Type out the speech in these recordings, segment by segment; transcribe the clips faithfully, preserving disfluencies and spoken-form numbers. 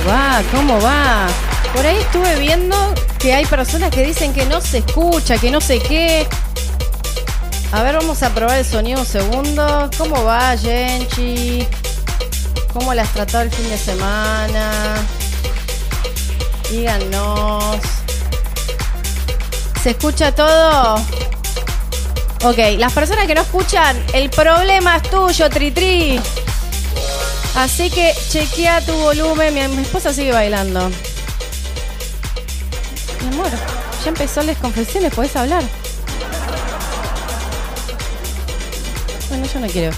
va? ¿Cómo va? Por ahí estuve viendo que hay personas que dicen que no se escucha, que no sé qué. A ver, vamos a probar el sonido un segundo. ¿Cómo va, Genchi? ¿Cómo la has tratado el fin de semana? Díganos. ¿Se escucha todo? Ok, las personas que no escuchan, el problema es tuyo, Tri-Tri. Así que chequea tu volumen. Mi, mi esposa sigue bailando. Mi amor, ya empezó las confesiones, ¿podés hablar? Bueno, yo no quiero.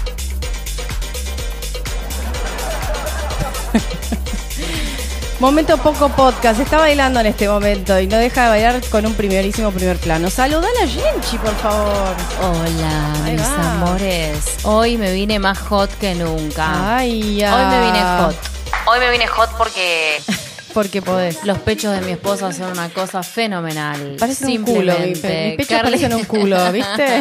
Momento poco podcast. Está bailando en este momento y no deja de bailar con un primerísimo primer plano. Saludá a la Genchi, por favor. Hola, Ahí mis va. amores. Hoy me vine más hot que nunca. Ay, ya. Hoy me vine hot. Hoy me vine hot porque Porque podés. los pechos de mi esposa son una cosa fenomenal. Parecen un culo. Mi, mis pechos Carli- parecen un culo, ¿viste?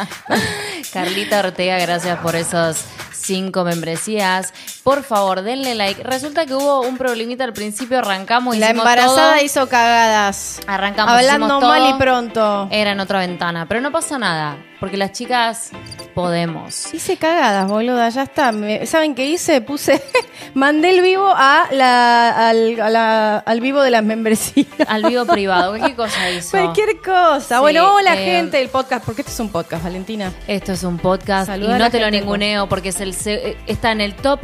Carlita Ortega, gracias por esos cinco membresías. Por favor, denle like. Resulta que hubo un problemita al principio, arrancamos y La hicimos embarazada todo. hizo cagadas. Arrancamos, Hablando hicimos todo. mal y pronto. Era en otra ventana, pero no pasa nada, porque las chicas podemos. Hice cagadas, boluda, ya está. Me- ¿Saben qué hice? Puse, mandé el vivo a la, al, a la- al vivo de las membresías. Al vivo privado, ¿qué cosa hizo? Cualquier cosa. Sí, bueno, hola eh, gente del podcast, porque esto es un podcast, Valentina. Esto es un podcast Saluda a y la no te lo gente, ninguneo porque es el se- está en el top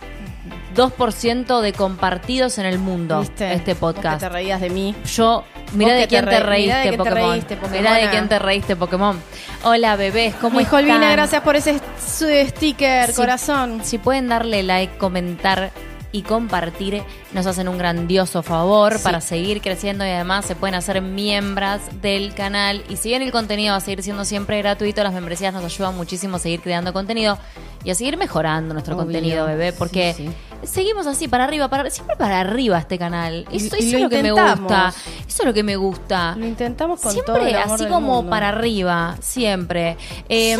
dos por ciento de compartidos en el mundo ¿Viste? este Vos que podcast. te reías de mí. Yo, mira Vos de que quién te te, re- mirá de reíste, quién te Pokémon. reíste, Mira de Pokémona. quién te reíste, Pokémon. Hola, bebés, ¿cómo Mi están? Jolvina, gracias por ese su sticker, Si- corazón. Si pueden darle like, comentar y compartir, nos hacen un grandioso favor Sí. para seguir creciendo y además se pueden hacer miembros del canal. Y si bien el contenido va a seguir siendo siempre gratuito, las membresías nos ayudan muchísimo a seguir creando contenido y a seguir mejorando nuestro Obvio. contenido, bebé, porque Sí, seguimos así, para arriba, para siempre para arriba este canal. Y- Eso, y eso lo es lo que me intentamos. gusta. Eso es lo que me gusta. Lo intentamos con Siempre todo el amor así del como mundo. para arriba, siempre. Eh,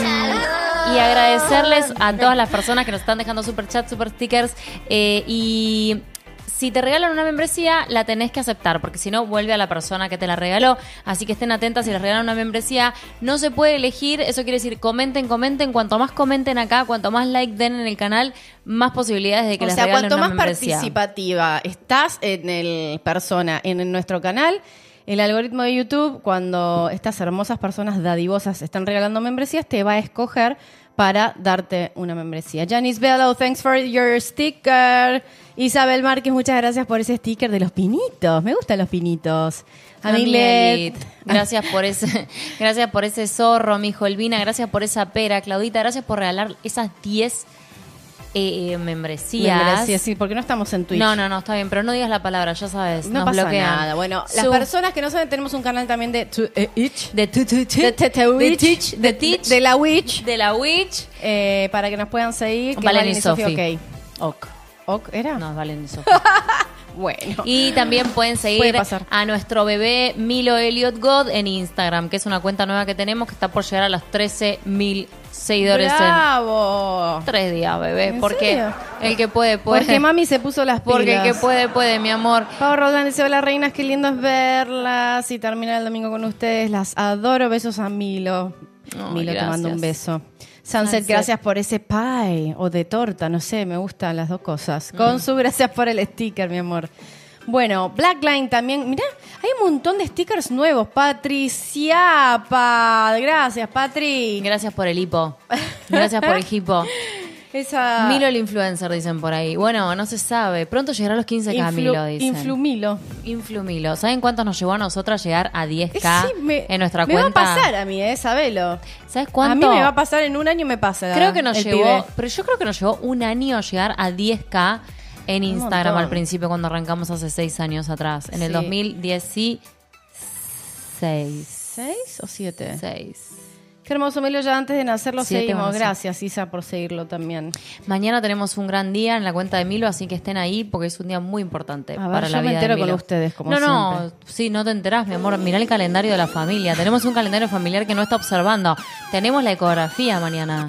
y agradecerles a todas las personas que nos están dejando super chat, super stickers. eh, y si te regalan una membresía, la tenés que aceptar, porque si no, vuelve a la persona que te la regaló. Así que estén atentas, si les regalan una membresía, no se puede elegir. Eso quiere decir, comenten, comenten. Cuanto más comenten acá, cuanto más like den en el canal, más posibilidades de que O les sea, regalen cuanto una más membresía. participativa estás en el persona, en, en nuestro canal, el algoritmo de YouTube, cuando estas hermosas personas dadivosas están regalando membresías, te va a escoger para darte una membresía. Janice Bello, thanks for your sticker. Isabel Márquez, muchas gracias por ese sticker de los pinitos. Me gustan los pinitos. Amilet. Amilet, gracias por ese, gracias por ese zorro, mi Jolvina, gracias por esa pera, Claudita, gracias por regalar esas diez eh, membresías. Membresías, sí, porque no estamos en Twitch. No, no, no, está bien, pero no digas la palabra, ya sabes, No nos pasa bloquean. nada. Bueno, las Su- personas que no saben, tenemos un canal también de Twitch. de tu- tu- tu- De Tete de Witch. Teach, de Teach, De la Witch. de la Witch. Eh, para que nos puedan seguir. que Valen Valen y y Sofi, Sofi. ok. Ok. Ok, ¿era? No, Valen y Sofía. Bueno. Y también pueden Puede seguir pasar. a nuestro bebé Milo Elliot God en Instagram, que es una cuenta nueva que tenemos que está por llegar a los trece mil seguidores en ¡Bravo! tres días, bebé. ¿En Porque serio? el que puede, puede. Porque mami se puso las pilas. Porque el que puede, puede, mi amor. Pau Roldán dice, hola reinas, qué lindo es verlas y terminar el domingo con ustedes. Las adoro, besos a Milo. Ay, Milo, te gracias. mando un beso. Sunset, Sunset. gracias por ese pie o de torta, no sé, me gustan las dos cosas. Consu, gracias por el sticker, mi amor. Bueno, Blackline también, mirá, hay un montón de stickers nuevos. Patriciapa, gracias, Patri. Gracias por el hipo. Gracias por el hipo. Esa Milo el influencer, dicen por ahí. Bueno, no se sabe. Pronto llegará a los quince K, Influ- Milo, dicen. Influmilo. Influmilo. ¿Saben cuántos nos llevó a nosotros llegar a diez K Sí, me, en nuestra me cuenta? va a pasar a mí, eh, sabelo. ¿Sabes cuánto? A mí me va a pasar en un año, me pasa. Creo que nos el llevó, pibe. pero yo creo que nos llevó un año llegar a diez K en Un Instagram montón. al principio cuando arrancamos hace seis años atrás, en el Sí. dos mil dieciséis. ¿Seis o siete? Seis. Qué hermoso, Milo, ya antes de nacer lo Siete seguimos. van a ser. Gracias, Isa, por seguirlo también. Mañana tenemos un gran día en la cuenta de Milo, así que estén ahí porque es un día muy importante A ver, para yo la me vida entero de con Milo. ustedes, como no, no, siempre. sí, no te enterás, mi amor. Mirá el calendario de la familia. Tenemos un calendario familiar que no está observando. Tenemos la ecografía mañana. Ah,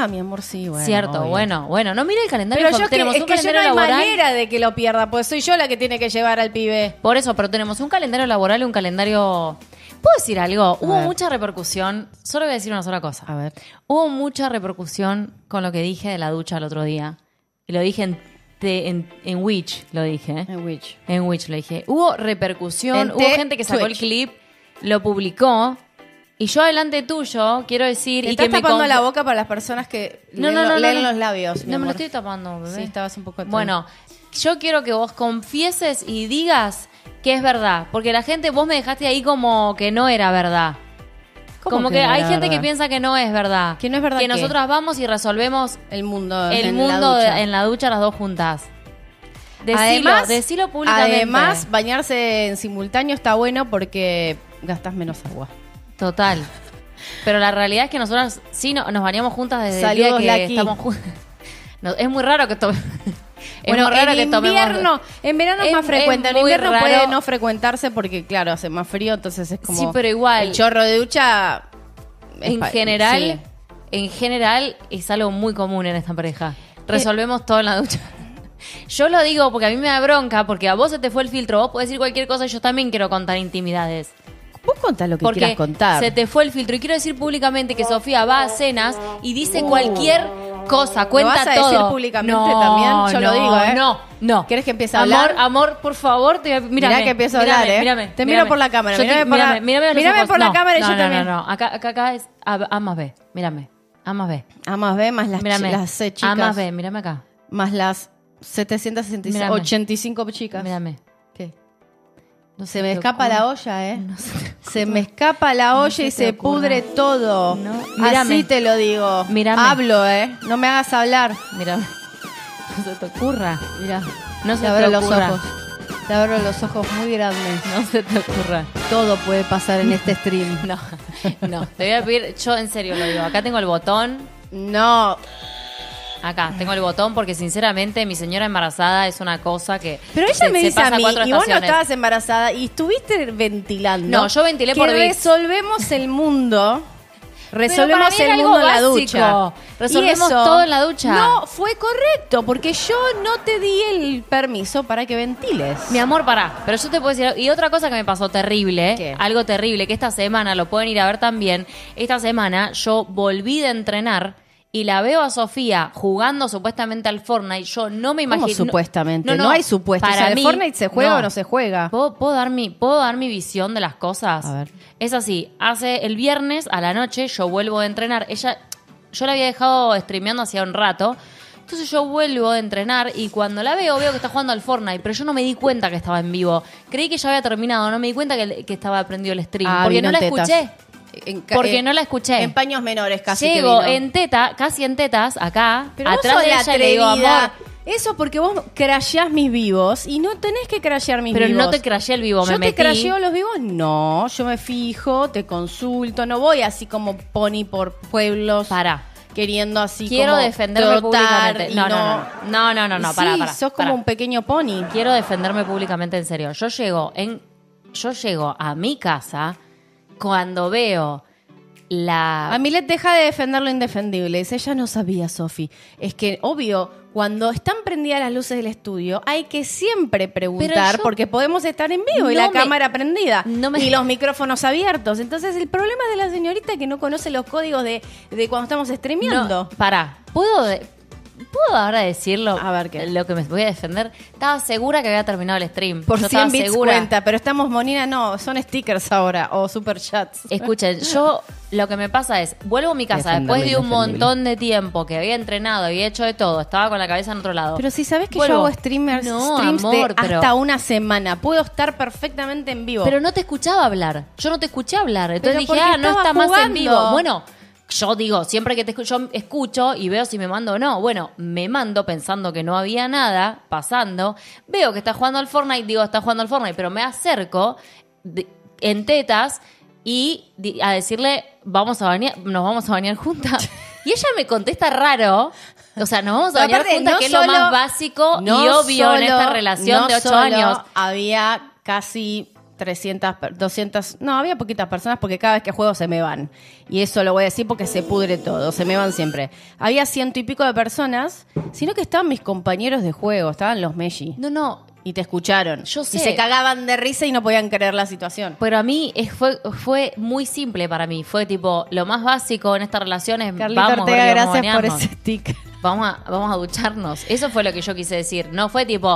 Ah, mi amor, sí, bueno. Cierto, obvio. bueno, bueno. No, mira el calendario. Pero yo que, tenemos es un que yo no calendario hay laboral. manera de que lo pierda, pues soy yo la que tiene que llevar al pibe. Por eso, pero tenemos un calendario laboral y un calendario... ¿Puedo decir algo? Hubo ver. mucha repercusión. Solo voy a decir una sola cosa. A ver. Hubo mucha repercusión con lo que dije de la ducha el otro día. Y lo dije en, te- en, en Witch, lo dije. ¿eh? En Witch. En Witch lo dije. Hubo repercusión, En hubo te- gente que sacó Twitch. el clip, lo publicó. Y yo delante tuyo quiero decir... Te y estás que me tapando conf- la boca para las personas que No, leen, no, lo- no, no, leen no. los labios. mi No me lo amor. estoy tapando, bebé. Sí, estabas un poco atrás. Bueno, yo quiero que vos confieses y digas que es verdad. Porque la gente, vos me dejaste ahí como que no era verdad. ¿Cómo Como que que, no hay era gente verdad? que piensa que no es verdad. Que no es verdad Que qué? nosotras vamos y resolvemos el mundo el en mundo la ducha. de- en la ducha las dos juntas. Decilo, además, decilo públicamente. además, bañarse en simultáneo está bueno porque gastas menos agua. Total. Pero la realidad es que nosotras sí no- nos bañamos juntas desde Saludos, el día que Lucky. estamos juntas. No, es muy raro que tomemos. Es Bueno, muy raro en que tomemos. invierno, en verano es, Es- más frecuente. es En muy invierno raro. puede no frecuentarse porque, claro, hace más frío, entonces es como... Sí, pero igual. El chorro de ducha... es En pa- general, sí. en general es algo muy común en esta pareja. Resolvemos todo en la ducha. Yo lo digo porque a mí me da bronca, porque a vos se te fue el filtro, vos podés decir cualquier cosa y yo también quiero contar intimidades. Vos contás lo que Porque quieras contar. se te fue el filtro. Y quiero decir públicamente que Sofía va a cenas y dice cualquier cosa, cuenta vas a todo. decir públicamente no, también? Yo lo no, digo, ¿eh? No, no. ¿Querés que empiece a amor, hablar? Amor, por favor, te, mírame. Mirá que empiezo a mírame, hablar, ¿eh? Mírame, Te miro mírame. por la cámara, Yo te- mírame por la- mírame, mírame a los mírame ojos. por la No, cámara y no, yo no, también. No, no, acá, acá, acá es A, A más B, mírame. A más B. A más B, más las, chi- Mírame. las C chicas. A más B, mírame acá. Más las setecientos Mírame. ochenta y cinco chicas. Mírame. ¿Qué? No Se me te escapa ocurre. la olla, ¿eh? No se te Se me escapa la olla se y te se ocurra. pudre todo. No. Así Mírame. te lo digo. Mírame. Hablo, ¿eh? No me hagas hablar. Mírame. No se te ocurra. Mira, No se te te abro los ocurra. ojos. Te abro los ojos muy grandes. No se te ocurra. Todo puede pasar en este stream. No, no. Te voy a pedir, yo en serio lo digo. Acá tengo el botón. No. Acá tengo el botón porque sinceramente mi señora embarazada es una cosa que. Pero ella se- me se dice a pasa mí, cuatro y vos no estaciones. estabas embarazada y estuviste ventilando. No, yo ventilé que por Vicks. resolvemos el mundo. Pero Resolvemos para mí era el algo mundo en la básico. ducha. Resolvemos Y eso todo en la ducha. No, fue correcto, porque yo no te di el permiso para que ventiles. Mi amor, pará. Pero yo te puedo decir. Y otra cosa que me pasó terrible, ¿Qué? algo terrible, que esta semana lo pueden ir a ver también. Esta semana yo volví de entrenar y la veo a Sofía jugando supuestamente al Fortnite. Yo no me ¿Cómo imagino. supuestamente? No, hay supuesto. Para O sea, ¿el mí, Fortnite se juega o no se juega? ¿Puedo, puedo dar mi, ¿Puedo dar mi visión de las cosas? A ver. Es así. Hace el viernes a la noche yo vuelvo de entrenar. Ella, yo la había dejado streameando hacía un rato. Entonces yo vuelvo de entrenar y cuando la veo, veo que está jugando al Fortnite, pero yo no me di cuenta que estaba en vivo. Creí que ya había terminado, no me di cuenta que, que estaba prendido el stream. Ah, porque vino no la en tetas. escuché. En ca- Porque eh, no la escuché. En paños menores casi que Llego vino. en teta, casi en tetas, acá, Pero vos atrás sos de la ella y le digo, atrevida. amor, Eso porque vos crasheás mis vivos y no tenés que crashear mis pero vivos. no te crashé el vivo, ¿Yo me te metí. crasheo los vivos? No, yo me fijo, te consulto, no voy así como pony por pueblos. Pará. Queriendo así Quiero como defenderme trotar públicamente. y No, no, no. No, no, no, no, Y pará, sí, pará, sos como pará. un pequeño pony. Quiero defenderme públicamente en serio. Yo llego en yo llego a mi casa cuando veo la A Milet deja de defender lo indefendible. Dice, ella no sabía, Sofi. Es que, obvio, cuando están prendidas las luces del estudio, hay que siempre preguntar, Pero yo- porque podemos estar en vivo y No la me- cámara prendida no me- y los micrófonos abiertos. Entonces, el problema es de la señorita que no conoce los códigos de, de cuando estamos streameando. No, pará. ¿Puedo de- ¿Puedo ahora decirlo? A ver, ¿qué? Lo que me voy a defender. Estaba segura que había terminado el stream. Por Yo cien estaba bits segura. cuenta, pero estamos, Monina, no, son stickers ahora o super chats. Escuchen, yo lo que me pasa es, vuelvo a mi casa Defenderlo después de un indefendible. montón de tiempo que había entrenado, había hecho de todo, estaba con la cabeza en otro lado. Pero si sabes que Vuelvo. yo hago streamers, No, streams amor, de pero- hasta una semana, puedo estar perfectamente en vivo. Pero no te escuchaba hablar. Yo no te escuché hablar. Entonces Pero dije, porque ah, no estaba está más en jugando. vivo. Bueno, yo digo, siempre que te escucho, yo escucho y veo si me mando o no. Bueno, me mando pensando que no había nada pasando. Veo que está jugando al Fortnite, digo, está jugando al Fortnite, pero me acerco de- en tetas y di- a decirle, vamos a bañar, nos vamos a bañar juntas. Y ella me contesta raro. O sea, nos vamos a Pero bañar aparte, juntas, no que solo- es lo más básico no y obvio en solo- esta relación no de ocho solo años. Había casi trescientas, doscientas, no, había poquitas personas porque cada vez que juego se me van. Y eso lo voy a decir porque se pudre todo, se me van siempre. Había ciento y pico de personas, sino que estaban mis compañeros de juego, estaban los Meji. No, no. Y te escucharon. Yo sé. Y se cagaban de risa y no podían creer la situación. Pero a mí es, fue, fue muy simple para mí. Fue tipo, lo más básico en esta relación es Carlito vamos, Ortega, Gordi, vamos a gracias por bañarnos. ese sticker. Vamos a, vamos a ducharnos. Eso fue lo que yo quise decir. No fue tipo...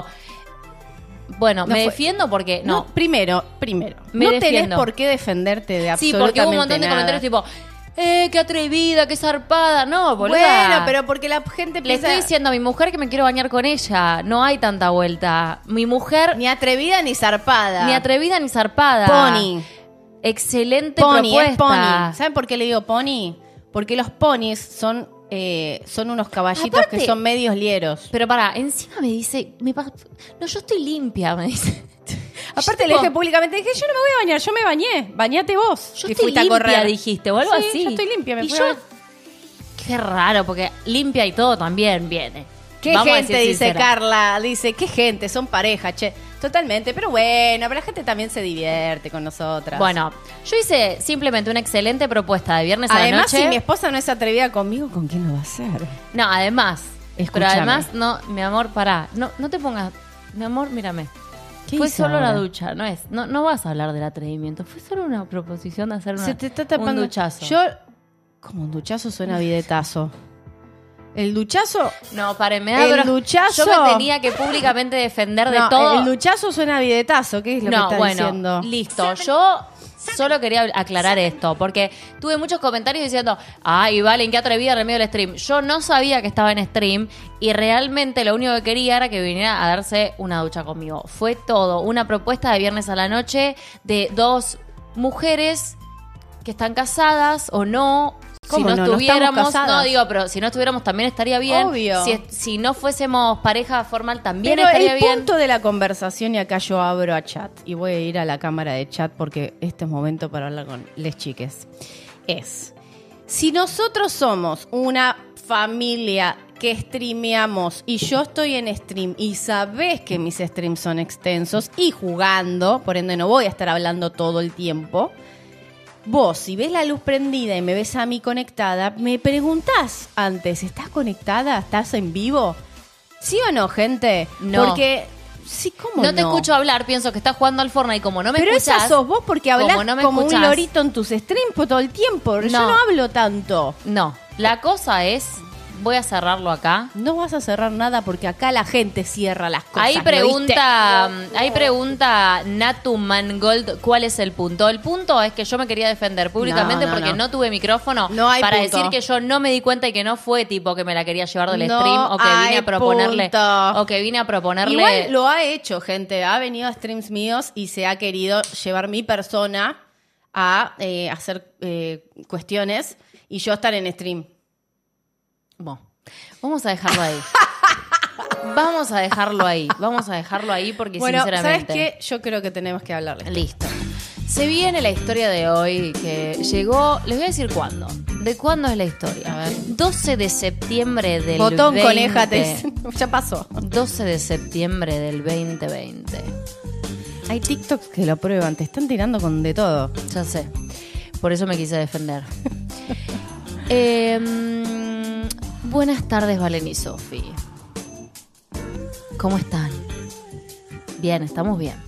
Bueno, No me fue- defiendo porque... No, No, primero, primero. Me no defiendo. tenés por qué defenderte de sí, absolutamente porque hubo un montón de nada. comentarios tipo... Eh, qué atrevida, qué zarpada. No, boluda. Bueno, pero porque la gente Le piensa... estoy diciendo a mi mujer que me quiero bañar con ella. No hay tanta vuelta. Mi mujer, Ni atrevida ni zarpada. ni atrevida ni zarpada. Pony. Excelente Pony, propuesta. es pony. ¿Saben por qué le digo pony? Porque los ponis son, eh, son unos caballitos Aparte- que son medios lieros. Pero pará, encima me dice... Me pa- no, yo estoy limpia, me dice. Aparte Yo le tipo, dije públicamente, dije, yo no me voy a bañar, yo me bañé. Bañate vos. Yo Y estoy fuiste a limpia, correr. dijiste, o algo Sí, así. yo estoy limpia, me y fui yo... a ver. Qué raro, porque limpia y todo también viene. ¿Qué Vamos a gente? decir Dice sincera. Carla. Dice, ¿qué gente? Son pareja, che. Totalmente, pero bueno, pero la gente también se divierte con nosotras. Bueno, yo hice simplemente una excelente propuesta de viernes a la además, noche. si mi esposa no es atrevida conmigo, ¿con quién lo va a hacer? No, además. Pero Escúchame. además, no, mi amor, pará. No, no te pongas... Mi amor, mírame. ¿Qué Fue hice solo ahora? la ducha, no es. No, no vas a hablar del atrevimiento. Fue solo una proposición de hacer una, Se te está tapando. un duchazo. Yo, como un duchazo suena bidetazo. El duchazo. No, pare, me da El bro- duchazo. Yo me tenía que públicamente defender de No, todo. el duchazo suena a bidetazo. ¿Qué es lo no, que está bueno, diciendo? listo. Yo solo quería aclarar esto, porque tuve muchos comentarios diciendo, ay, Valen, qué atrevida en el medio del stream. Yo no sabía que estaba en stream y realmente lo único que quería era que viniera a darse una ducha conmigo. Fue todo, una propuesta de viernes a la noche de dos mujeres que están casadas o no. Si ¿Cómo no, no? No estamos estuviéramos, no, casadas. digo, pero si no estuviéramos también estaría bien. Obvio. Si, si no fuésemos pareja formal también Pero estaría el bien. punto de la conversación, y acá yo abro a chat, y voy a ir a la cámara de chat porque este es momento para hablar con les chiques, es, si nosotros somos una familia que streameamos y yo estoy en stream y sabés que mis streams son extensos y jugando, por ende no voy a estar hablando todo el tiempo, vos, si ves la luz prendida y me ves a mí conectada, me preguntás antes, ¿estás conectada? ¿Estás en vivo? ¿Sí o no, gente? No. Porque, sí, ¿cómo No no? te escucho hablar, pienso que estás jugando al Fortnite y como no me Pero escuchás... esa sos vos porque hablás como no me como un escuchás- lorito en tus streams por todo el tiempo. Yo No. no hablo tanto. No, la cosa es... Voy a cerrarlo acá. No vas a cerrar nada porque acá la gente cierra las cosas. Ahí ¿lo pregunta, ahí pregunta Natu Mangold cuál es el punto. El punto es que yo me quería defender públicamente No, no, porque no. no. tuve micrófono No hay para punto. decir que yo no me di cuenta y que no fue tipo que me la quería llevar del No stream o que vine hay a proponerle punto. o que vine a proponerle. Igual lo ha hecho, gente. Ha venido a streams míos y se ha querido llevar mi persona a eh, hacer eh, cuestiones y yo estar en stream. Bueno, vamos a dejarlo ahí. Vamos a dejarlo ahí. Vamos a dejarlo ahí porque Bueno, ¿sabes sinceramente. qué? Yo creo que tenemos que hablarles. Listo. Se viene la historia de hoy que llegó, les voy a decir cuándo. ¿De cuándo es la historia? A ver. doce de septiembre del Botón, veinte. coneja, te dicen. Ya pasó. doce de septiembre del veinte veinte. Hay TikToks que lo prueban, te están tirando con de todo. Ya sé. Por eso me quise defender. Eh, buenas tardes, Valen y Sofi. ¿Cómo están? Bien, estamos bien.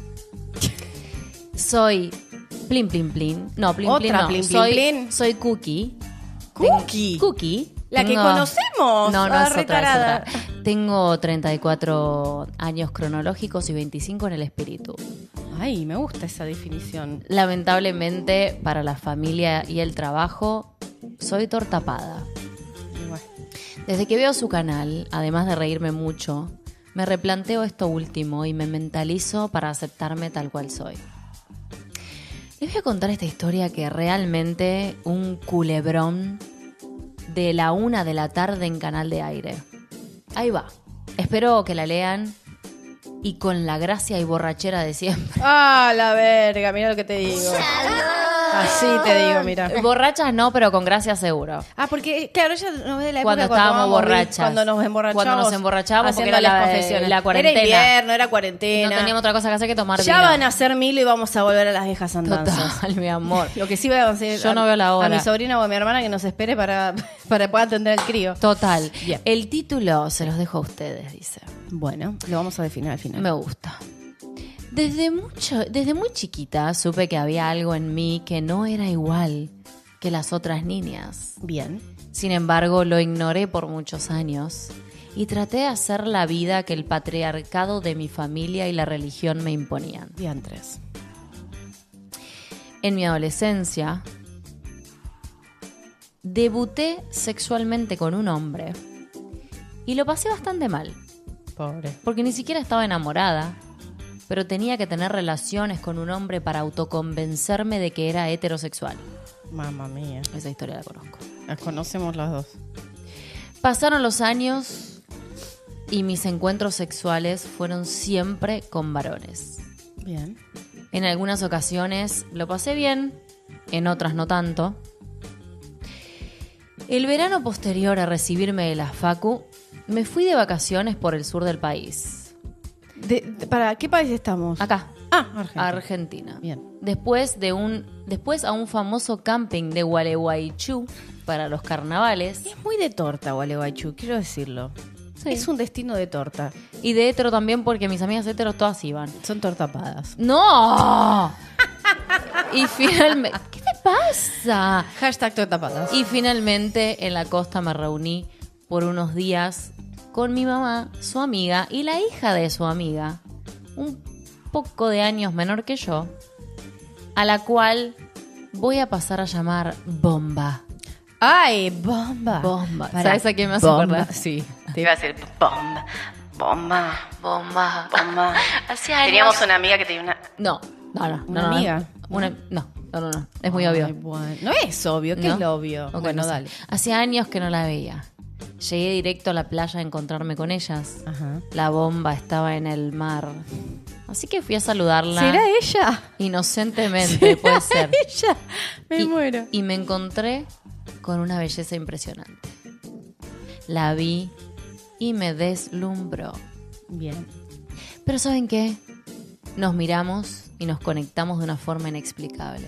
Soy Plin Plin Plin. No, Plin Otra Plin no. Plin Plin soy, Plin. soy Cookie. Cookie. Ten- Cookie. La que Tengo- conocemos. No, no Ah, es otra, es retarada. otra. Tengo treinta y cuatro años cronológicos y veinticinco en el espíritu. Ay, me gusta esa definición. Lamentablemente, para la familia y el trabajo, soy tortapada. Bueno. Desde que veo su canal, además de reírme mucho, me replanteo esto último y me mentalizo para aceptarme tal cual soy. Les voy a contar esta historia que realmente un culebrón de la una de la tarde en Canal de Aire. Ahí va. Espero que la lean y con la gracia y borrachera de siempre. Ah, la verga, mira lo que te digo. Así te digo, mira. Borrachas no, pero con gracia seguro. Ah, porque, claro, ella nos ve de la época Cuando cuando estábamos tomamos, borrachas. Cuando nos emborrachábamos. Cuando nos emborrachábamos porque era haciendo la- las confesiones. la cuarentena. Era invierno, era cuarentena. No teníamos otra cosa que hacer que tomar Ya vino. van a ser mil y vamos a volver a las viejas andanzas. Total, mi amor. Lo que sí voy a hacer Yo no veo la hora. a mi sobrina o a mi hermana que nos espere para, para poder atender al crío. Total. Bien. El título se los dejo a ustedes, dice. Bueno, lo vamos a definir al final. Me gusta. Desde mucho, desde muy chiquita supe que había algo en mí que no era igual que las otras niñas. Bien. Sin embargo, lo ignoré por muchos años y traté de hacer la vida que el patriarcado de mi familia y la religión me imponían. Diantres. En mi adolescencia, debuté sexualmente con un hombre y lo pasé bastante mal, Pobre. porque ni siquiera estaba enamorada, pero tenía que tener relaciones con un hombre para autoconvencerme de que era heterosexual. Mamma mía. Esa historia la conozco. Las conocemos las dos. Pasaron los años y mis encuentros sexuales fueron siempre con varones. Bien. En algunas ocasiones lo pasé bien, en otras no tanto. El verano posterior a recibirme de la facu, me fui de vacaciones por el sur del país. De, de- ¿Para qué país estamos? Acá, Ah, Argentina. Argentina. Bien. Después de un, después a un famoso camping de Gualeguaychú para los carnavales. Es muy de torta, Gualeguaychú, quiero decirlo. Sí. Es un destino de torta. Y de hetero también porque mis amigas heteros todas iban. Son tortapadas. ¡No! Y finalmente... ¿Qué te pasa? Hashtag tortapadas. Y finalmente en la costa me reuní por unos días con mi mamá, su amiga y la hija de su amiga, un poco de años menor que yo, a la cual voy a pasar a llamar Bomba. ¡Ay, bomba! Bomba. Pará. ¿Sabes a quién me hace Bomba. acordar? Sí. Te iba a decir bomba. Bomba. Bomba. Bomba. Hace años- Teníamos una amiga que tenía una... No, no, no. ¿Una no, no, amiga? No, Una- no, no, no, no. Es muy Ay, obvio. bueno. No es obvio, ¿qué ¿No? es lo obvio? Ok, bueno, no sé. dale. Hace años que no la veía. Llegué directo a la playa a encontrarme con ellas. Ajá. La bomba estaba en el mar. Así que fui a saludarla. ¿Será ella? Inocentemente, puede ser. Ella. Me y, muero. y me encontré con una belleza impresionante. La vi y me deslumbró. Bien. Pero ¿saben qué? Nos miramos y nos conectamos de una forma inexplicable.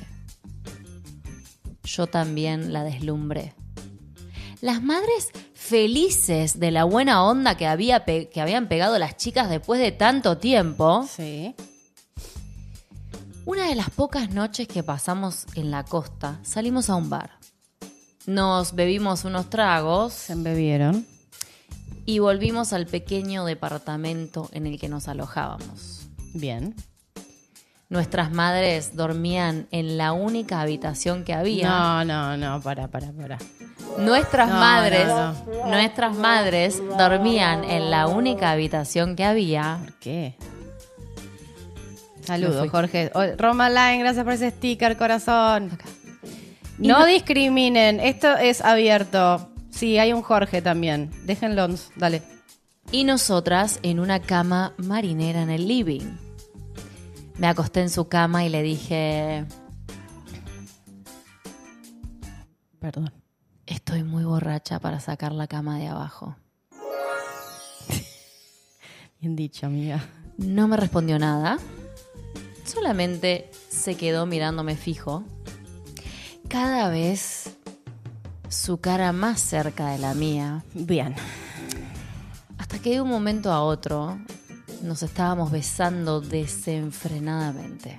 Yo también la deslumbré. Las madres felices de la buena onda que, había pe- que habían pegado las chicas después de tanto tiempo. Sí. Una de las pocas noches que pasamos en la costa, salimos a un bar. Nos bebimos unos tragos Se embebieron. y volvimos al pequeño departamento en el que nos alojábamos. Bien. Nuestras madres dormían en la única habitación que había. No, no, no, para, para, para. Nuestras No, madres, no, nuestras madres dormían en la única habitación que había. ¿Por qué? Me Saludos, fui. Jorge. Oh, Roma Line, gracias por ese sticker, corazón. Acá. No, Y no- discriminen, esto es abierto. Sí, hay un Jorge también. Déjenlo, dale. Y nosotras en una cama marinera en el living. Me acosté en su cama y le dije, Perdón. estoy muy borracha para sacar la cama de abajo. Bien dicho, amiga. No me respondió nada. Solamente se quedó mirándome fijo. Cada vez su cara más cerca de la mía. Bien. Hasta que de un momento a otro nos estábamos besando desenfrenadamente.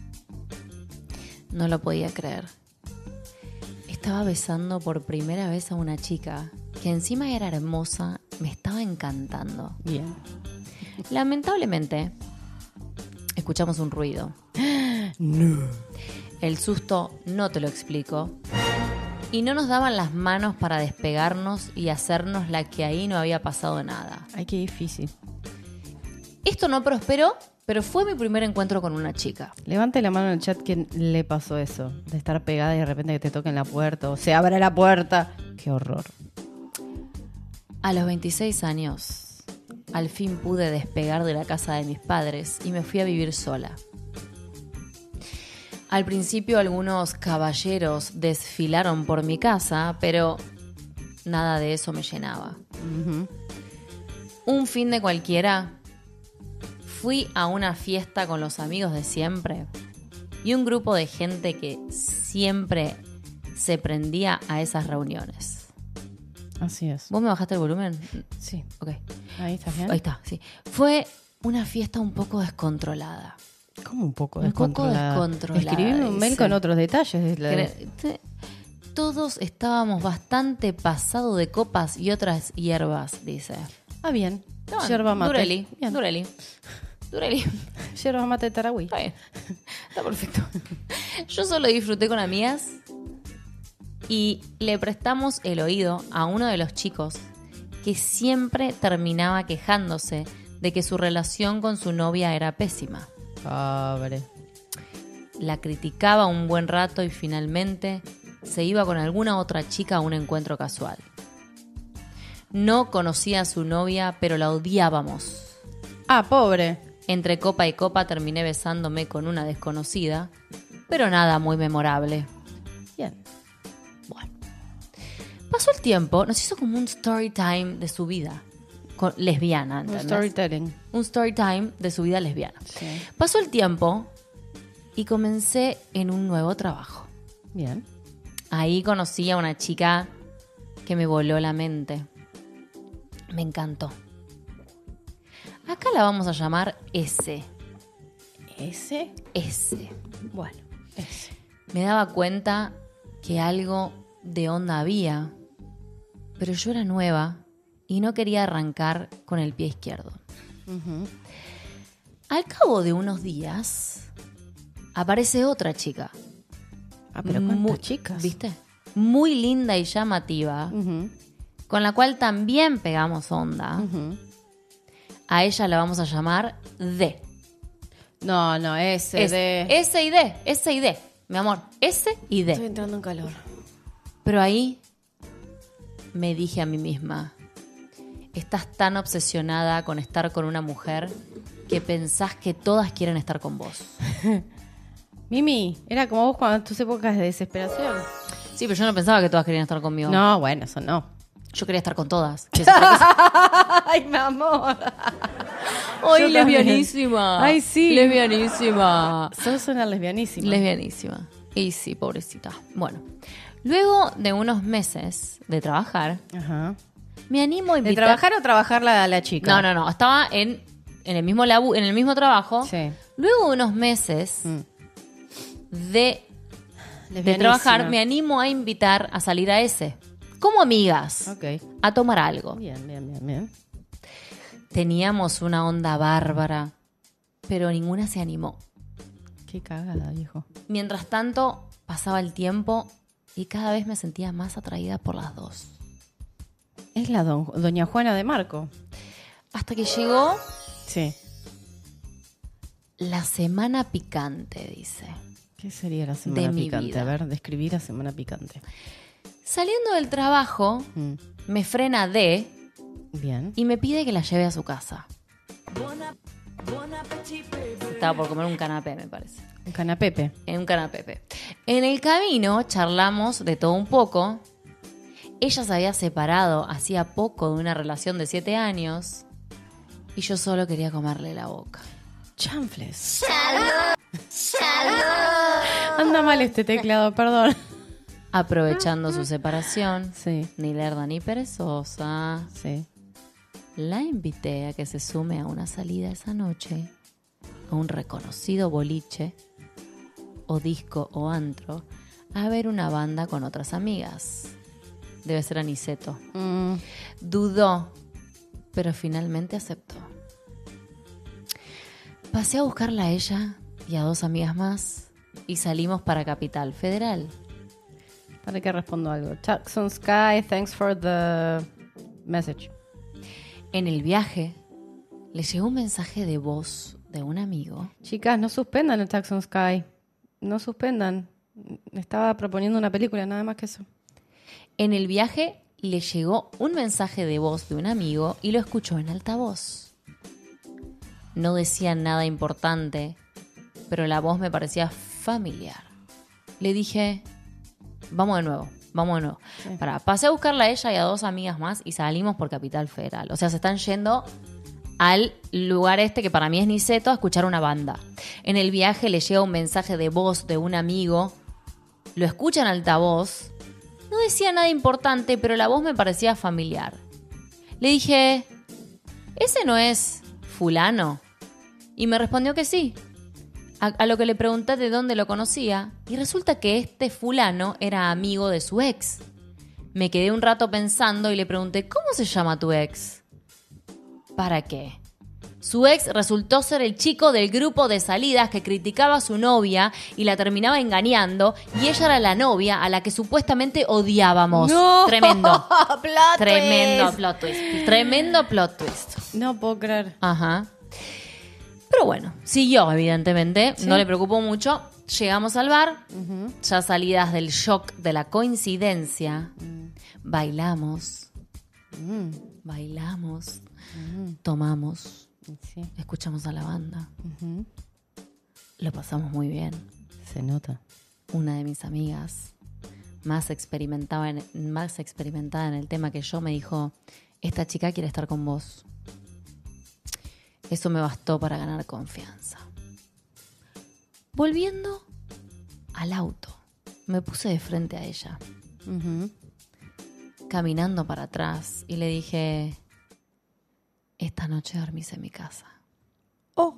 No lo podía creer. Estaba besando por primera vez a una chica que encima era hermosa, me estaba encantando. Bien. Lamentablemente, escuchamos un ruido. No. El susto no te lo explico. Y no nos daban las manos para despegarnos y hacernos la que ahí no había pasado nada. Ay, qué difícil. Esto no prosperó, pero fue mi primer encuentro con una chica. Levante la mano en el chat que le pasó eso. De estar pegada y de repente que te toquen la puerta o se abra la puerta. Qué horror. A los veintiséis años, al fin pude despegar de la casa de mis padres y me fui a vivir sola. Al principio algunos caballeros desfilaron por mi casa, pero nada de eso me llenaba. Ujú. Un fin de cualquiera, fui a una fiesta con los amigos de siempre y un grupo de gente que siempre se prendía a esas reuniones. Así es. ¿Vos me bajaste el volumen? Sí. Ok. Ahí está bien. Ahí está, sí. Fue una fiesta un poco descontrolada. ¿Cómo un poco Un poco descontrolada? descontrolada, Escribime un mail dice. con otros detalles. de la- Cre- te- Todos estábamos bastante pasado de copas y otras hierbas, dice. Ah, bien. No, Yerba mate. Dureli, Bien. Dureli. Dureli. Yerba mate de Tarahui. Está bien. Está perfecto. Yo solo disfruté con amigas y le prestamos el oído a uno de los chicos que siempre terminaba quejándose de que su relación con su novia era pésima. Pobre. La criticaba un buen rato y finalmente se iba con alguna otra chica a un encuentro casual. No conocía a su novia, pero la odiábamos. Ah, pobre. Entre copa y copa terminé besándome con una desconocida, pero nada muy memorable. Bien. Bueno. Pasó el tiempo, nos hizo como un story time de su vida. Con, lesbiana, Un ¿entendés? storytelling. Un story time de su vida lesbiana. Sí. Pasó el tiempo y comencé en un nuevo trabajo. Bien. Ahí conocí a una chica que me voló la mente. Me encantó. Acá la vamos a llamar S. ¿Ese? S. Bueno, ese. Me daba cuenta que algo de onda había, pero yo era nueva y no quería arrancar con el pie izquierdo. Ujú. Al cabo de unos días, aparece otra chica. Ah, pero ¿cuántas Muy- chicas? ¿Viste? Muy linda y llamativa, Ujú, con la cual también pegamos onda. ujú. A ella la vamos a llamar D. No, no, ese Es- de... S y D, S y D, mi amor, S y D. Estoy entrando en calor. Pero ahí me dije a mí misma, estás tan obsesionada con estar con una mujer que pensás que todas quieren estar con vos. Mimi, era como vos cuando en tus épocas de desesperación. Sí, pero yo no pensaba que todas querían estar conmigo. No, bueno, eso no. Yo quería estar con todas. Que es otra cosa. Ay, mi amor. ¡Ay, Yo lesbianísima! Ay, sí. Lesbianísima. Sos una lesbianísima. Lesbianísima. Y sí, pobrecita. Bueno, luego de unos meses de trabajar, Ajá. me animo a ¿De invitar... trabajar o trabajar la, la chica? No, no, no. Estaba en, en, el, mismo labu- en el mismo trabajo. Sí. Luego de unos meses Mm. de, de Lesbianísima. trabajar, me animo a invitar a salir a ese. Como amigas. Ok. A tomar algo. Bien, bien, bien, bien. Teníamos una onda bárbara, pero ninguna se animó. Qué cagada, viejo. Mientras tanto, pasaba el tiempo y cada vez me sentía más atraída por las dos. Es la don- doña Juana de Marco. Hasta que llegó Sí. la semana picante, dice. ¿Qué sería la semana De mi picante? vida. A ver, describir la semana picante. Saliendo del trabajo, Mm. me frena D Bien. y me pide que la lleve a su casa. Estaba por comer un canapé, me parece. Un canapepe. En un canapé. En el camino charlamos de todo un poco. Ella se había separado hacía poco de una relación de siete años y yo solo quería comerle la boca. Chanfles. Anda mal este teclado, perdón. Aprovechando su separación, Sí, ni lerda ni perezosa, sí. la invité a que se sume a una salida esa noche, a un reconocido boliche, o disco o antro, a ver una banda con otras amigas. Debe ser Aniceto. Mm, Dudó, pero finalmente aceptó. Pasé a buscarla a ella y a dos amigas más y salimos para Capital Federal. para que respondo algo. Jackson Sky, thanks for the message. En el viaje, le llegó un mensaje de voz de un amigo. Chicas, no suspendan el Jackson Sky. No suspendan. Estaba proponiendo una película, nada más que eso. En el viaje le llegó un mensaje de voz de un amigo y lo escuchó en altavoz. No decía nada importante, pero la voz me parecía familiar. Le dije, vamos de nuevo, vamos de nuevo. Sí. Pará, pasé a buscarla a ella y a dos amigas más y salimos por Capital Federal. O sea, se están yendo al lugar este que para mí es Niceto a escuchar una banda. En el viaje le llega un mensaje de voz de un amigo. Lo escucha en altavoz. No decía nada importante, pero la voz me parecía familiar. Le dije, ¿ese no es fulano? Y me respondió que sí. A, a lo que le pregunté de dónde lo conocía, y resulta que este fulano era amigo de su ex. Me quedé un rato pensando y le pregunté, ¿cómo se llama tu ex? ¿Para qué? Su ex resultó ser el chico del grupo de salidas que criticaba a su novia y la terminaba engañando, y ella era la novia a la que supuestamente odiábamos. No. Tremendo. Plot Tremendo twist. plot twist. Tremendo plot twist. No puedo creer. Ajá. Pero bueno, siguió, evidentemente. Sí. No le preocupó mucho. Llegamos al bar. Ujú. Ya salidas del shock de la coincidencia. Bailamos. Mm, Bailamos. mm, Tomamos. sí. Escuchamos a la banda. Ujú. Lo pasamos muy bien. Se nota. Una de mis amigas, más experimentada en, más experimentada en el tema que yo, me dijo, esta chica quiere estar con vos. Eso me bastó para ganar confianza. Volviendo al auto, me puse de frente a ella, Ujú. caminando para atrás, y le dije, esta noche dormís en mi casa. Oh.